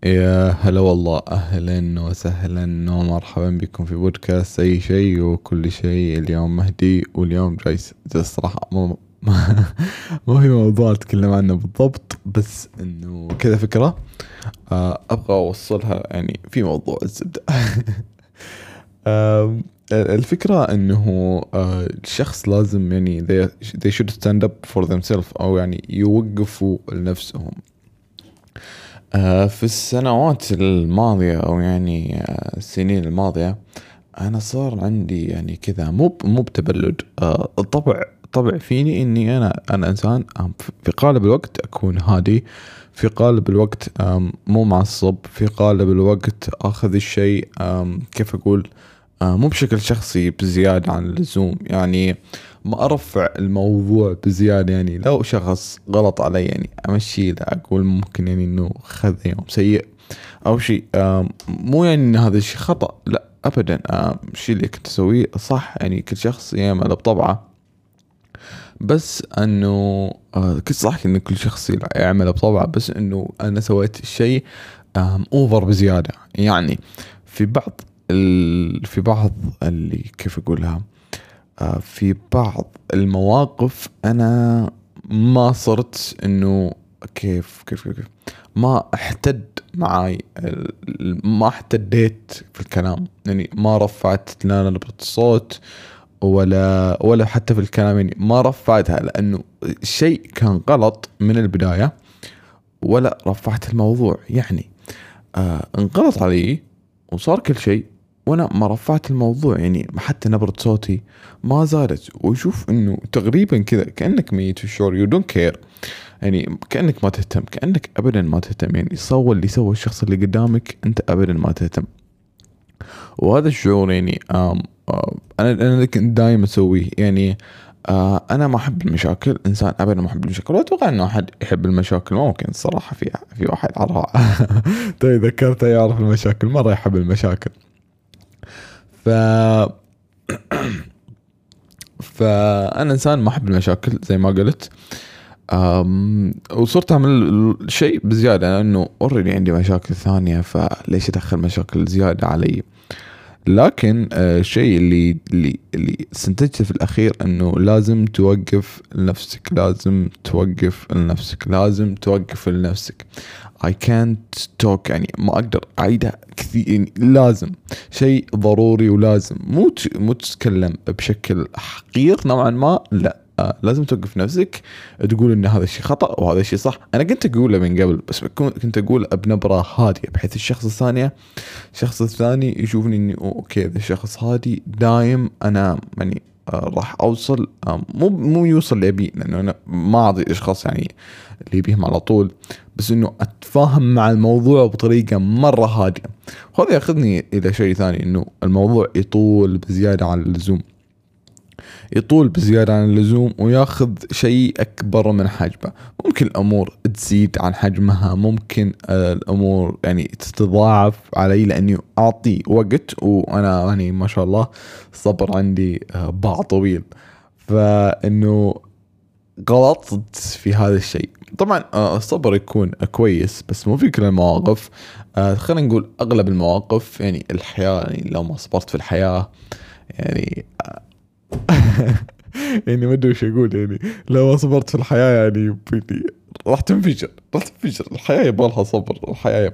يا هلا والله، أهلا وسهلا ومرحبا بكم في بودكاست أي شيء وكل شيء. اليوم مهدي واليوم جايز الصراحة ما في موضوع أتكلم عنه بالضبط، بس إنه كذا فكرة أبغى أوصلها يعني في موضوع الزبدة. الفكرة إنه الشخص لازم يعني they should stand up for themselves، أو يعني يوقفوا لنفسهم. في السنوات الماضية أو يعني السنين الماضية أنا صار عندي يعني كذا مو بتبلد، طبع فيني إني أنا إنسان في قالب الوقت أكون هادي، في قالب الوقت مو معصب، في قالب الوقت أخذ الشيء كيف أقول مو بشكل شخصي بزيادة عن اللزوم. يعني ما أرفع الموضوع بزيادة، يعني لو شخص غلط علي يعني أمشي له، أقول ممكن يعني إنه خذ يوم سيء أو شيء، مو يعني إن هذا الشيء خطأ، لا أبدا. الشيء اللي كنت أسويه صح، يعني كل شخص يعمل بطبعه، بس انه كنت صح ان كل شخص يعمل بطبعه، بس انه انا سويت الشيء اوفر بزيادة. يعني في بعض في بعض اللي كيف اقولها، في بعض المواقف انا ما صرت انه كيف ما احتد معاي، ما احتديت في الكلام، يعني ما رفعت لا نبرة الصوت ولا حتى في الكلام، يعني ما رفعتها لانه الشيء كان غلط من البداية، ولا رفعت الموضوع. يعني انغلط علي وصار كل شيء وانا ما رفعت الموضوع، يعني حتى نبرة صوتي ما زادت. وشوف انه تقريبا كذا كأنك ميت في الشعور، يو دونت كير، يعني كأنك ما تهتم، كأنك ابدا ما تهتم، يعني سوى اللي سوى الشخص اللي قدامك انت ابدا ما تهتم. وهذا الشعور يعني انا كنت دايم اسويه. يعني انا ما احب المشاكل، انسان ابدا ما احب المشاكل، واتوقع انه احد يحب المشاكل ممكن الصراحه. في واحد عراء طيب ذكرته يعرف المشاكل، مره يحب المشاكل. ف فانا انسان ما احب المشاكل زي ما قلت. وصرت اعمل شيء بزياده لانه اوريدي عندي مشاكل ثانيه، فليش ادخل مشاكل زياده علي؟ لكن الشيء اللي استنتجته في الأخير أنه لازم توقف لنفسك، لازم توقف لنفسك، لازم توقف لنفسك. I can't talk، يعني ما أقدر أعيدها كثير، يعني لازم شيء ضروري، ولازم مو تتكلم بشكل حقير نوعا ما، لا لازم توقف نفسك، تقول ان هذا الشيء خطأ وهذا الشيء صح. انا كنت اقوله من قبل، بس كنت اقول بنبرة هادية بحيث الشخص الثاني يشوفني اني اوكي ذا الشخص هادي دايم، انا يعني راح اوصل مو يوصل اللي ابيه، لانه انا ما اعطي اشخاص يعني اللي يبيهم على طول، بس انه اتفاهم مع الموضوع بطريقة مرة هادية. وهذا ياخذني الى شيء ثاني، انه الموضوع يطول بزيادة عن اللزوم، يطول بزيادة عن اللزوم وياخذ شيء أكبر من حجمه. ممكن الأمور تزيد عن حجمها، ممكن الأمور يعني تتضاعف علي لأني أعطي وقت، وأنا يعني ما شاء الله صبر عندي باع طويل. فإنه غلطت في هذا الشيء. طبعا الصبر يكون كويس بس مو في كل المواقف. خلينا نقول أغلب المواقف، يعني الحياة، يعني لو ما صبرت في الحياة يعني يعني ما ادري وش اقول. يعني لو ما صبرت في الحياة يعني راح تنفجر الحياة. يبغى لها صبر، الحياة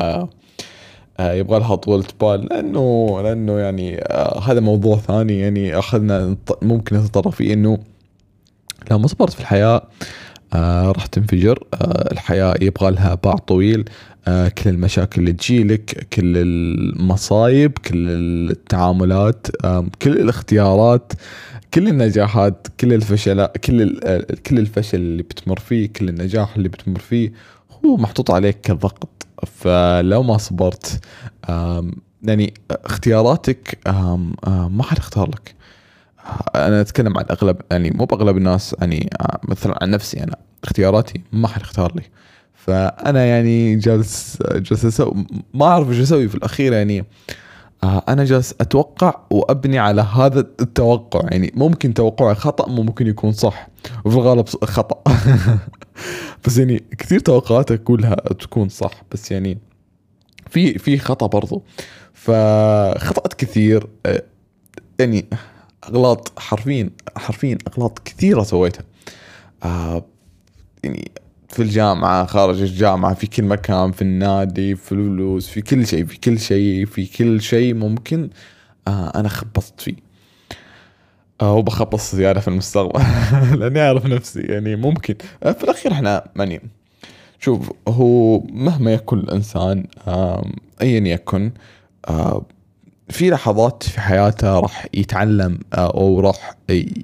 يبغى لها طولة بال، لانه يعني هذا موضوع ثاني، يعني اخذنا ممكن نتطرق فيه. انه لو ما صبرت في الحياة راح تنفجر. الحياة يبغى لها باع طويل. كل المشاكل اللي تجيلك، كل المصايب، كل التعاملات، كل الاختيارات، كل النجاحات، كل الفشل، كل الفشل اللي بتمر فيه، كل النجاح اللي بتمر فيه، هو محطوط عليك كضغط. فلو ما صبرت يعني اختياراتك ما حد اختار لك. انا اتكلم عن اغلب، يعني مو باغلب الناس، يعني مثلا عن نفسي انا اختياراتي ما حد اختار لي. فانا يعني جالس اسوي، ما اعرف ايش اسوي في الاخير. يعني انا جالس اتوقع وابني على هذا التوقع، يعني ممكن توقعي خطأ، ممكن يكون صح، وفي الغالب خطأ. بس يعني كثير توقعات اقولها تكون صح، بس يعني في خطأ برضو. فخطأت كثير، يعني أغلاط، حرفيا أغلاط كثيرة سويتها. آه، يعني في الجامعة، خارج الجامعة، في كل مكان، في النادي، في الفلوس، في كل شيء، في كل شيء ممكن. أنا خبصت فيه، وبخبص زيادة في المستقبل. لأني أعرف نفسي يعني ممكن. في الأخير إحنا يعني، شوف، هو مهما يكن الإنسان، أيا يكن، آه، في لحظات في حياته راح يتعلم، أو راح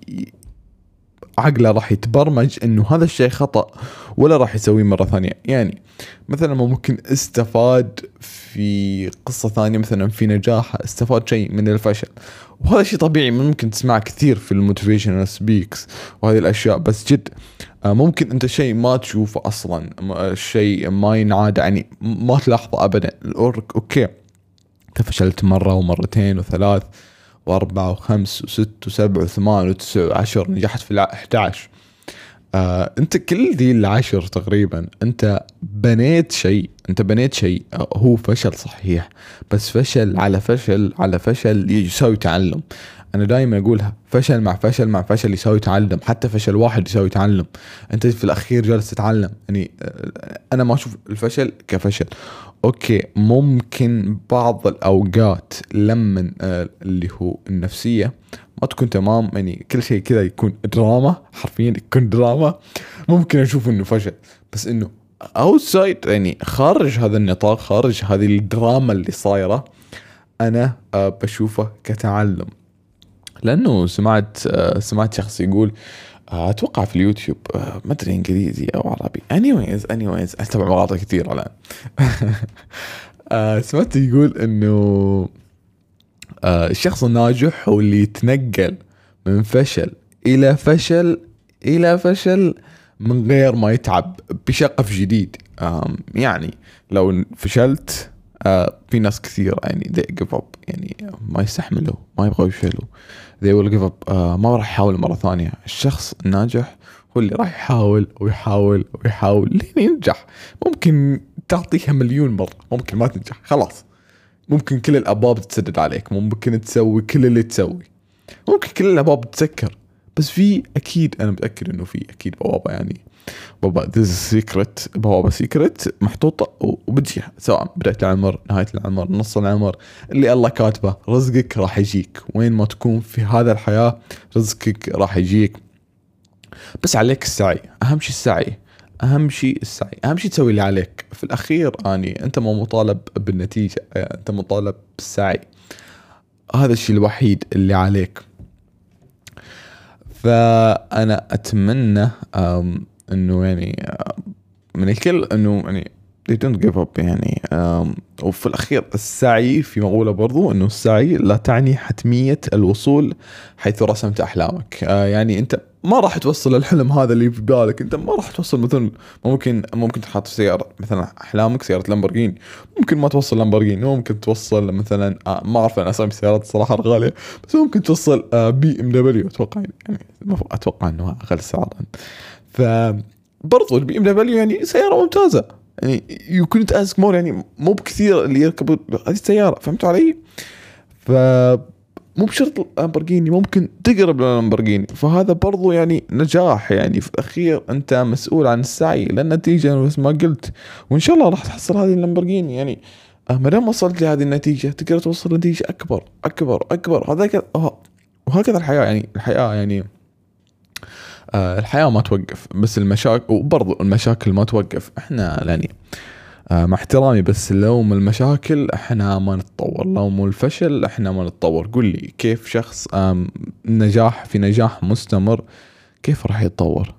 عقله راح يتبرمج انه هذا الشيء خطأ، ولا راح يسويه مرة ثانية. يعني مثلا ممكن استفاد في قصة ثانية، مثلا في نجاح استفاد شيء من الفشل، وهذا شيء طبيعي ممكن تسمع كثير في الموتيفيشنال سبيكس وهذه الاشياء. بس جد ممكن انت شيء ما تشوفه اصلا، شيء ما ينعاد، يعني ما تلاحظه ابدا. اوكي، انت فشلت مرة ومرتين وثلاث واربعة وخمس وست وسبع وثمان وتسع وعشر، نجحت في 11. انت كل ذي العشر تقريبا انت بنيت شيء، هو فشل صحيح، بس فشل على فشل على فشل يساوي تعلم. انا دائما اقولها، فشل مع فشل مع فشل يساوي تعلم. حتى فشل واحد يساوي تعلم. انت في الاخير جالس تتعلم. يعني انا ما اشوف الفشل كفشل. اوكي، ممكن بعض الاوقات لما اللي هو النفسية ما تكون تمام، يعني كل شيء كذا يكون دراما، حرفيا يكون دراما، ممكن اشوف انه فشل. بس انه اوتسايد، يعني خارج هذا النطاق، خارج هذه الدراما اللي صايرة، انا بشوفه كتعلم. لانه سمعت شخص يقول، اتوقع في اليوتيوب، ما ادري انجليزي او عربي، anyways اتابع مقاطع كثير الان. سمعت يقول انه الشخص الناجح هو اللي يتنقل من فشل الى فشل الى فشل من غير ما يتعب، بشغف جديد. يعني لو فشلت، في ناس كثير يعني they give up، يعني ما يستحملوا، ما يبغوا يفشلوا، they will give up. ما راح يحاول مرة ثانية. الشخص الناجح هو اللي راح يحاول ويحاول ويحاول لين ينجح. ممكن تعطيها مليون مرة، ممكن ما تنجح، خلاص. ممكن كل الأبواب تسدد عليك، ممكن تسوي كل اللي تسوي، ممكن كل الأبواب تسكر، بس في أكيد، أنا متأكد إنه في أكيد بوابة، يعني بابا this is secret، بوابة سيكرت محطوطة وبتجيها، سواء بداية العمر، نهاية العمر، نص العمر، اللي الله كاتبه. رزقك راح يجيك وين ما تكون في هذا الحياة، رزقك راح يجيك. بس عليك السعي، أهم شيء السعي، أهم شيء تسوي اللي عليك. في الأخير يعني أنت مو مطالب بالنتيجة، أنت مطالب بالسعي، هذا الشيء الوحيد اللي عليك. فأنا أتمنى انه يعني من الكل انه يعني they don't give up، يعني وفي الاخير السعي في مقولة برضو، انه السعي لا تعني حتمية الوصول حيث رسمت احلامك. يعني انت ما راح توصل الحلم هذا اللي في بالك، انت ما راح توصل. مثلا ممكن تحط في سيارة، مثلا احلامك سيارة لامبورجيني، ممكن ما توصل لامبورجيني، ممكن توصل مثلا ما اعرف انا اسامي السيارات الصراحة الغالية، بس ممكن توصل بي ام دبليو، اتوقع يعني اتوقع انه اقل سعرا. فبرضو البي ام دبليو يعني سيارة ممتازة، يعني يو كنت اسك مور، يعني مو بكثير اللي يركبوا هذه السيارة، فهمتوا علي؟ مو بشرط لامبورجيني، ممكن تقرب للامبورجيني. فهذا برضو يعني نجاح. يعني في الأخير أنت مسؤول عن السعي للنتيجة، بس ما قلت، وإن شاء الله راح تحصل هذه اللامبورجيني. يعني ما دام وصلت لهذه النتيجة تقدر توصل لنتيجة أكبر أكبر أكبر. هذا وهكذا الحياة. يعني الحياة يعني الحياة ما توقف، بس المشاكل، وبرضو المشاكل ما توقف. احنا يعني مع احترامي، بس لو من المشاكل احنا ما نتطور، لو مو الفشل احنا ما نتطور. قل لي كيف شخص نجاح مستمر كيف راح يتطور؟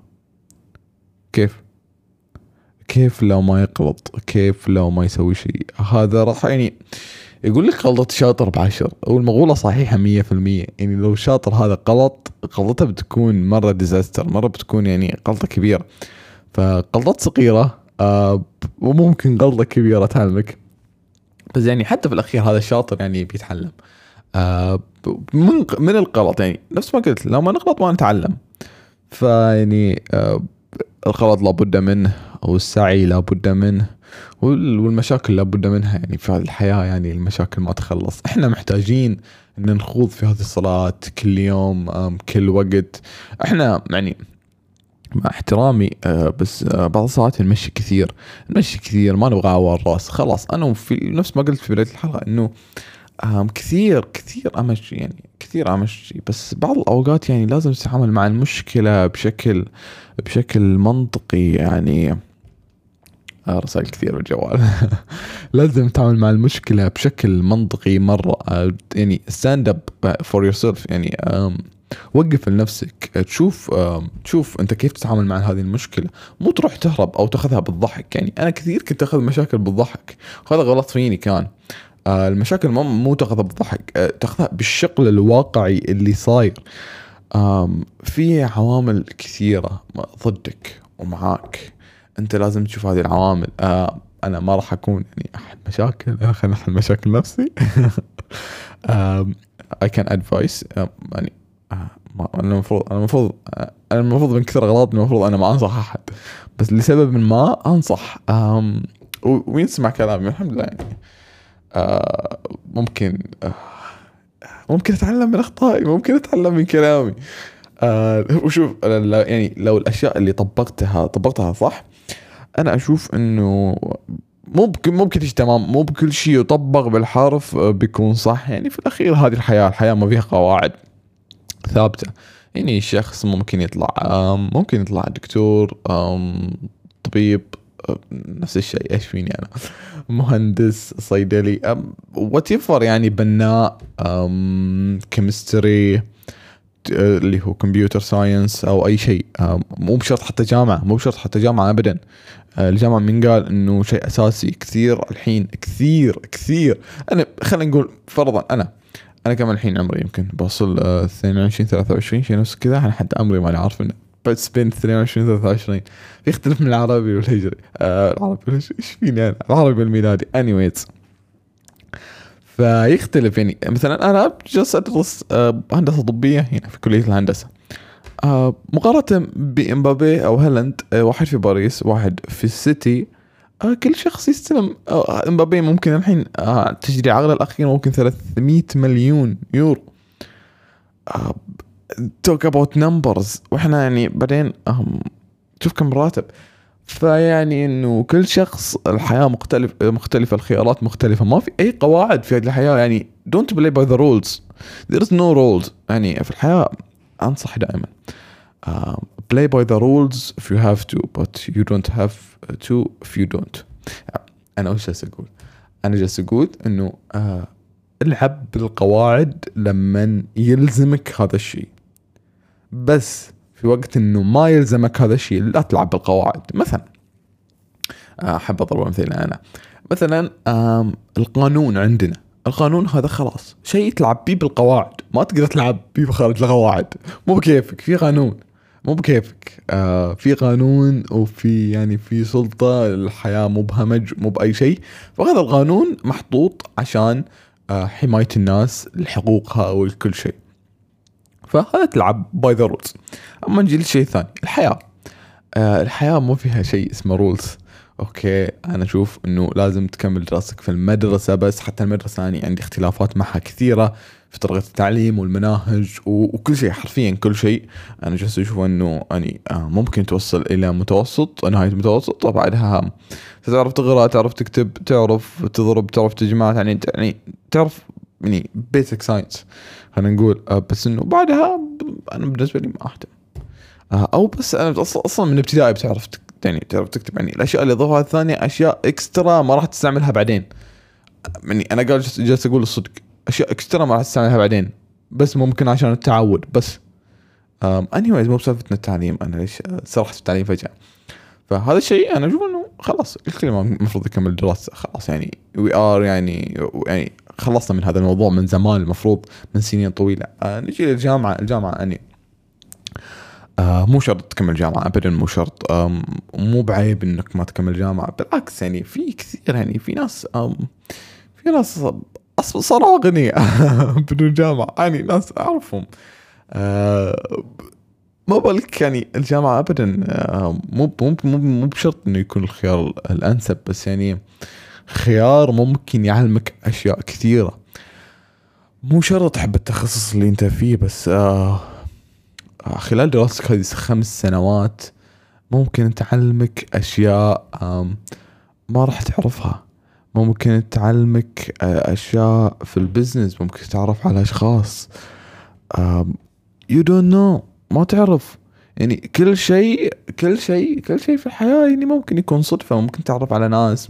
كيف لو ما يقلط؟ كيف لو ما يسوي شيء؟ هذا راح يعني يقول لك غلطة شاطر ب10، والمقولة صحيحة 100%. يعني لو شاطر هذا غلطته بتكون مرة ديزاستر، مرة بتكون يعني غلطة كبيرة. فغلطات صغيرة وممكن غلطة كبيرة تعلمك. بس يعني حتى في الأخير هذا الشاطر يعني بيتعلم من الغلط. يعني نفس ما قلت، لو ما نغلط ما نتعلم. فيعني الغلط لابد منه، والسعي لابد منه، والمشاكل لابد منها. يعني في هذه الحياة يعني المشاكل ما تخلص. احنا محتاجين ان نخوض في هذه الصراعات كل يوم، كل وقت. احنا يعني مع احترامي بس بعض الساعات نمشي كثير، ما نبغى عوار راس. خلاص انا في نفس ما قلت في بداية الحلقة انه كثير امشي، يعني كثير امشي، بس بعض الاوقات يعني لازم تتعامل مع المشكلة بشكل منطقي. يعني رسائل كثير بالجوال. لازم تتعامل مع المشكلة بشكل منطقي مرة. يعني stand up for yourself. يعني وقف لنفسك، تشوف انت كيف تتعامل مع هذه المشكلة. مو تروح تهرب او تاخذها بالضحك. يعني انا كثير كنت اخذ مشاكل بالضحك، وهذا غلط فيني كان. المشاكل مو تاخذها بالضحك، تاخذها بالشكل الواقعي اللي صاير. في عوامل كثيرة ضدك ومعاك، انت لازم تشوف هذه العوامل. انا ما راح اكون يعني احد مشاكل، انا خلينا نحل مشاكل نفسي. I can advise. يعني انا المفروض من كثر غلط المفروض انا ما انصح احد، بس لسبب ما انصح. وينسمع كلامي الحمد لله. يعني ممكن ممكن اتعلم من اخطائي، ممكن اتعلم من كلامي. وشوف أنا يعني لو الاشياء اللي طبقتها صح، انا اشوف انه ممكن تيجي تمام. مو بكل شيء يطبق بالحرف بيكون صح. يعني في الاخير هذه الحياة ما فيها قواعد ثابتة. يعني الشخص ممكن يطلع دكتور، طبيب، نفس الشيء. ايش فيني انا؟ مهندس، صيدلي، وات يفر، يعني بناء، كيمستري، اللي هو كمبيوتر ساينس، او اي شيء. مو بشرط حتى جامعة ابدا. الجامعة من قال انه شيء اساسي كثير الحين، كثير. انا خلينا نقول فرضا انا كمان الحين عمري يمكن بوصل 22 23 شيء نفس كذا. انا حتى عمري ماني عارف انه، بس بين 22 23 يختلف من العربي والهجري. العربي ايش فيني انا، العربي الميلادي anyways. فيختلف. يعني مثلا انا جالس ادرس هندسة طبية هنا في كلية الهندسة، مقارنة بإمبابي أو هالاند. واحد في باريس، واحد في السيتي. كل شخص يستلم. إمبابي ممكن الحين تجري عقله الأخير ممكن 300 مليون يورو. talk about numbers. وإحنا يعني بعدين شوف كم راتب. فيعني إنه كل شخص الحياة مختلفة، الخيارات مختلفة، ما في أي قواعد في هذه الحياة. يعني don't play by the rules. there is no rules. يعني في الحياة أنصح دائما play by the rules if you have to, but you don't have to if you don't. أنا وش أقول؟ أنا جالس أقول إنه العب بالقواعد لمن يلزمك هذا الشيء، بس في وقت إنه ما يلزمك هذا الشيء لا تلعب بالقواعد. مثلا أحب أضرب مثال. أنا مثلا القانون عندنا، القانون هذا خلاص شيء تلعب بيه بالقواعد، ما تقدر تلعب بيه بخارج القواعد. مو بكيفك، في قانون. مو بكيفك، في قانون، وفي يعني في سلطة. الحياة مو بهمج، مو بأي شيء. فهذا القانون محطوط عشان حماية الناس، لحقوقها وكل شيء. فهذا تلعب باي ذا رولز. اما نجي للشيء الثاني، الحياة. الحياة مو فيها شيء اسمه رولز. اوكي، انا اشوف انه لازم تكمل دراستك في المدرسة، بس حتى المدرسة يعني عندي اختلافات معها كثيرة في طريقة التعليم والمناهج وكل شيء، حرفيا كل شيء. انا جالس اشوف انه يعني ممكن توصل الى متوسط، نهاية متوسط، وبعدها تعرف تقرأ، تعرف تكتب، تعرف تضرب، تعرف تجمع، يعني تعرف يعني بيسك ساينس خلينا نقول. بس انه بعدها انا بالنسبة لي ما اهتم. او بس انا اصلا من ابتدائي بتعرف يعني تعرف تكتب. يعني الاشياء اللي اضافها الثانية اشياء اكسترا ما راح تستعملها بعدين. يعني انا جالس اقول الصدق، اشياء اكسترا ما راح تستعملها بعدين، بس ممكن عشان التعود بس. anyways مو بسالفتنا التعليم. انا ليش سرحت في التعليم فجأة؟ فهذا الشيء انا اشوف انه خلاص الكل المفروض يكمل دراسة. خلاص يعني we are يعني خلصنا من هذا الموضوع من زمان، المفروض من سنين طويلة. نجي للجامعة. الجامعة يعني مو شرط تكمل جامعة أبدا، مو شرط. مو بعيب إنك ما تكمل جامعة، بالعكس. يعني في كثير، يعني في ناس صاروا أغنياء بدون جامعة. يعني ناس أعرفهم ما بالك يعني الجامعة أبدا مو بشرط إنه يكون الخيار الأنسب، بس يعني خيار ممكن يعلمك أشياء كثيرة. مو شرط تحب التخصص اللي أنت فيه، بس خلال دراستك هذه 5 سنوات ممكن تعلمك أشياء ما راح تعرفها. ممكن تعلمك أشياء في البزنس، ممكن تتعرف على أشخاص you don't know، ما تعرف. يعني كل شيء في الحياة يعني ممكن يكون صدفة. ممكن تعرف على ناس،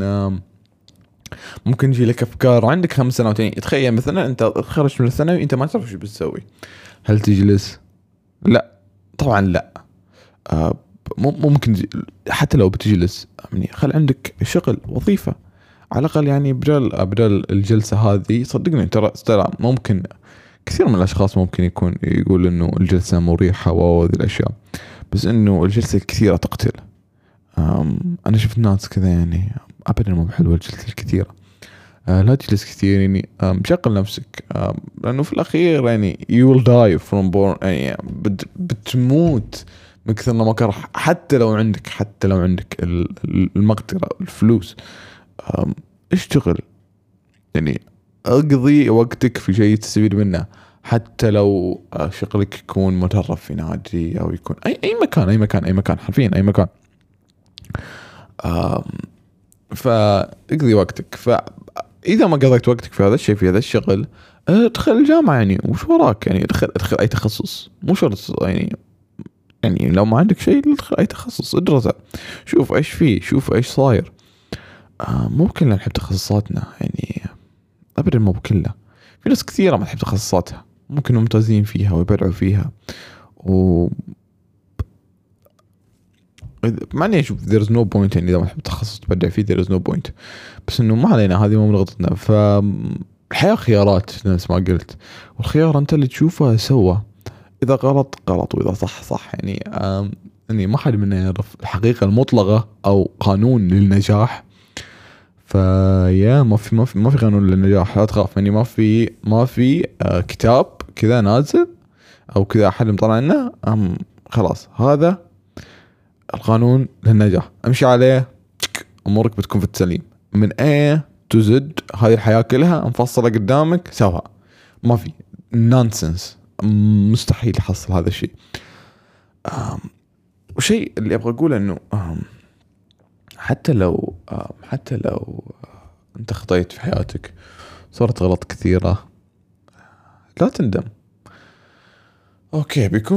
ممكن يجي لك أفكار. عندك 5 سنوات، يعني تخيل مثلا أنت خرجت من الثانوي أنت ما تعرف شو بتسوي. هل تجلس؟ لا، طبعا لا. ممكن حتى لو بتجلس يعني خل عندك شغل، وظيفة على الأقل. يعني بدل الجلسة هذه صدقني ترى ممكن كثير من الأشخاص ممكن يقول إنه الجلسة مريحة وهذه الأشياء، بس إنه الجلسة الكثيرة تقتل. أنا شفت ناس كذا يعني أبدا مو بحلوة الجلسة الكثيرة. لا تجلس كثير، يعني شغل نفسك. لأنه في الأخير يعني you will die from born، يعني بتموت من كثر ما حتى لو عندك المقدرة، الفلوس. اشتغل، يعني اقضي وقتك في شيء تستفيد منه، حتى لو شغلك يكون مدرب في نادي او يكون اي مكان حرفيا اي مكان. فاقضي وقتك. فاذا ما قضيت وقتك في هذا الشيء، في هذا الشغل، ادخل الجامعة. يعني وش وراك؟ يعني ادخل اي تخصص، مو شرط يعني لو ما عندك شيء ادخل اي تخصص، ادرسه، شوف ايش فيه، شوف ايش صاير. مو كلنا نحب تخصصاتنا، يعني ابدا مو بكلها. في ناس كثيرة ما تحب تخصصاتها، ممكن ممتازين فيها ويبدعوا فيها. و معني اشوف there is no point، يعني اذا ما تحب تخصص تبدع فيه there is no point. بس انه ما علينا، هذه مو من غلطتنا. فالحياة خيارات نفس ما قلت، والخيار انت اللي تشوفه سوى. اذا غلط واذا صح. يعني يعني ما حد منا يعرف الحقيقة المطلقة او قانون للنجاح. فيا ما في قانون للنجاح، لا تخاف. يعني ما في كتاب كذا نازل او كذا احد مطلع لنا خلاص هذا القانون للنجاح، امشي عليه امورك بتكون في السليم من A to Z. هذه الحياة كلها مفصلة قدامك سوا، ما في نونسنس. مستحيل يحصل هذا الشيء. وشيء اللي ابغى اقوله انه حتى لو انت خطيت في حياتك، صارت غلط كثيرة، لا تندم. اوكي، بيكون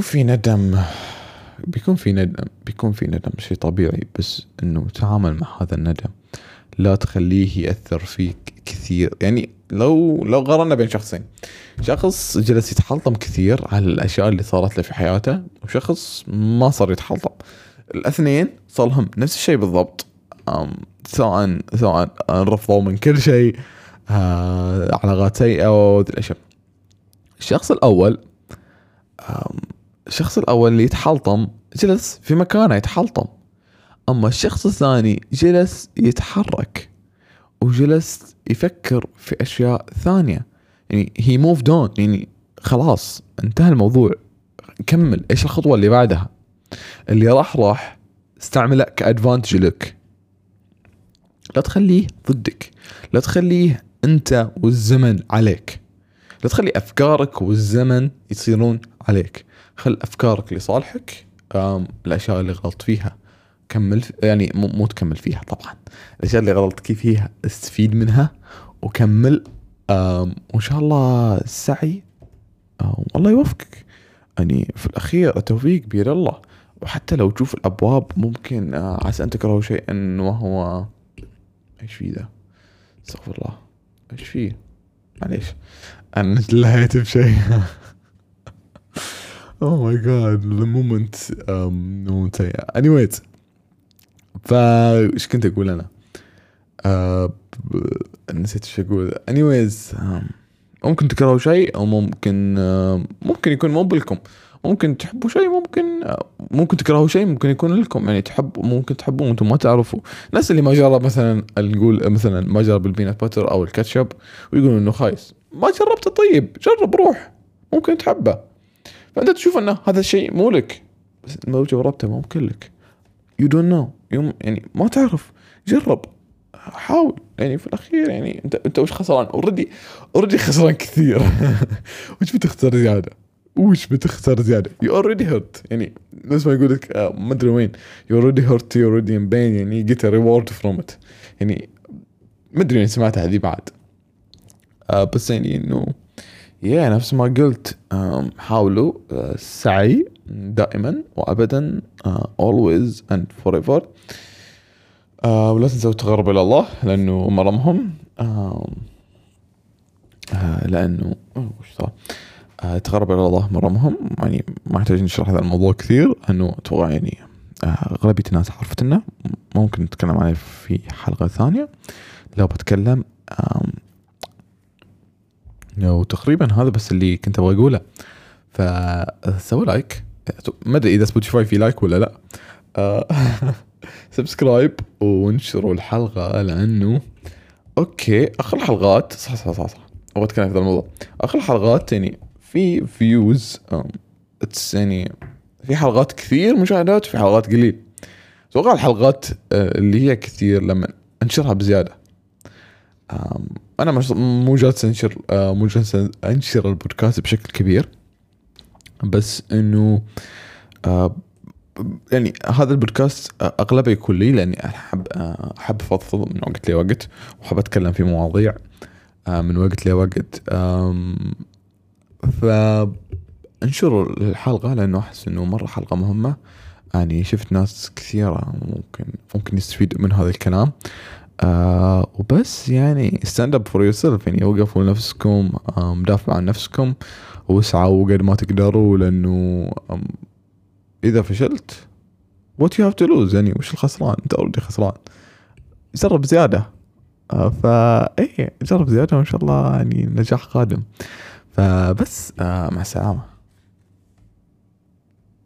في ندم شيء طبيعي، بس انه تعامل مع هذا الندم، لا تخليه يأثر فيك كثير. يعني لو قارنا بين شخصين، شخص جلس يتحلطم كثير على الاشياء اللي صارت له في حياته، وشخص ما صار يتحلطم، الاثنين صار لهم نفس الشيء بالضبط. سواء رفضوا من كل شيء، علاقات سيئة والاشياء. الشخص الأول اللي يتحلطم جلس في مكانه يتحلطم، أما الشخص الثاني جلس يتحرك وجلس يفكر في أشياء ثانية. يعني he moved on، يعني خلاص انتهى الموضوع، كمل. إيش الخطوة اللي بعدها؟ اللي راح استعمله كأدفانتج لك، لا تخليه ضدك، لا تخليه أنت والزمن عليك، لا تخلي أفكارك والزمن يصيرون عليك. خل أفكارك لصالحك. الأشياء اللي غلط فيها كمل، يعني مو تكمل فيها طبعا. الأشياء اللي غلطت فيها استفيد منها وكمل. وإن شاء الله السعي والله يوفقك. يعني في الأخير التوفيق بيد الله. وحتى لو تشوف الأبواب ممكن عسى أن تكرهوا شيئا وهو إيش فيه ذا، استغفر الله، إيش فيه، معليش أنا لهيت بشيء. اوه ماي جاد، المومنت سيء. anyways، فايش كنت اقول انا؟ نسيت ايش اقول. anyways، ممكن تكرهوا شيء، او ممكن يكون مو بالكم. ممكن تحبوا شيء، ممكن تكرهوا شيء، ممكن يكون لكم. يعني ممكن تحبوا وانتم ما تعرفوا. الناس اللي ما جرب مثلا، نقول مثلا ما جرب البينات باتر او الكاتشب ويقولوا انه خايس، ما جربته. طيب جرب، روح، ممكن تحبه. فانت تشوف انه هذا الشيء مو لك، بس لو جربته مو كلك. you don't know، يوم يعني ما تعرف، جرب، حاول. يعني في الاخير يعني انت وش خسران؟ اوريدي خسران كثير. وش بتخسر زياده؟ you already hurt. يعني نفس ما يقول لك ما ادري وين، you already hurt you already in pain، يعني get a reward from it. يعني ما ادري وين سمعتها هذه بعد. بس يعني انه نفس ما قلت، حاولوا السعي دائما وابدا، always and forever. ولا تنسوا التقرب الى الله لانه مرة مهم. لانه وش صار؟ التقرب الى الله مرة مهم. يعني ما احتاج نشرح هذا الموضوع كثير، انه اتوقع يعني اغلبية الناس عرفتنا. ممكن نتكلم عليه في حلقة ثانية لو بتكلم. وتقريبا هذا بس اللي كنت ابغى اقوله. فسووا لايك، ما ادري اذا سبوتيفاي في لايك ولا لا. سبسكرايب وانشروا الحلقة، لانه اوكي اخر الحلقات صح ابغى اتكلم في هذا الموضوع. اخر الحلقات يعني في فيوز، يعني في حلقات كثير مشاهدات وفي حلقات قليل. اتوقع الحلقات اللي هي كثير لما انشرها بزيادة. انا مو جالس انشر البودكاست بشكل كبير، بس انه يعني هذا البودكاست اغلبه يكون لي، لاني احب افضفض من وقت لوقت، واحب اتكلم في مواضيع من وقت لوقت. فانشروا الحلقة لانه احس انه مرة حلقة مهمة. يعني شفت ناس كثيرة ممكن يستفيد من هذا الكلام. وبس يعني stand up for yourself، يعني وقفوا لنفسكم، دافعوا عن نفسكم، واسعوا قد ما تقدروا، لأنه إذا فشلت what you have to lose، يعني وش الخسران؟ أنت already خسران. جرب زيادة. جرب زيادة وإن شاء الله يعني نجاح قادم. فبس مع السلامة.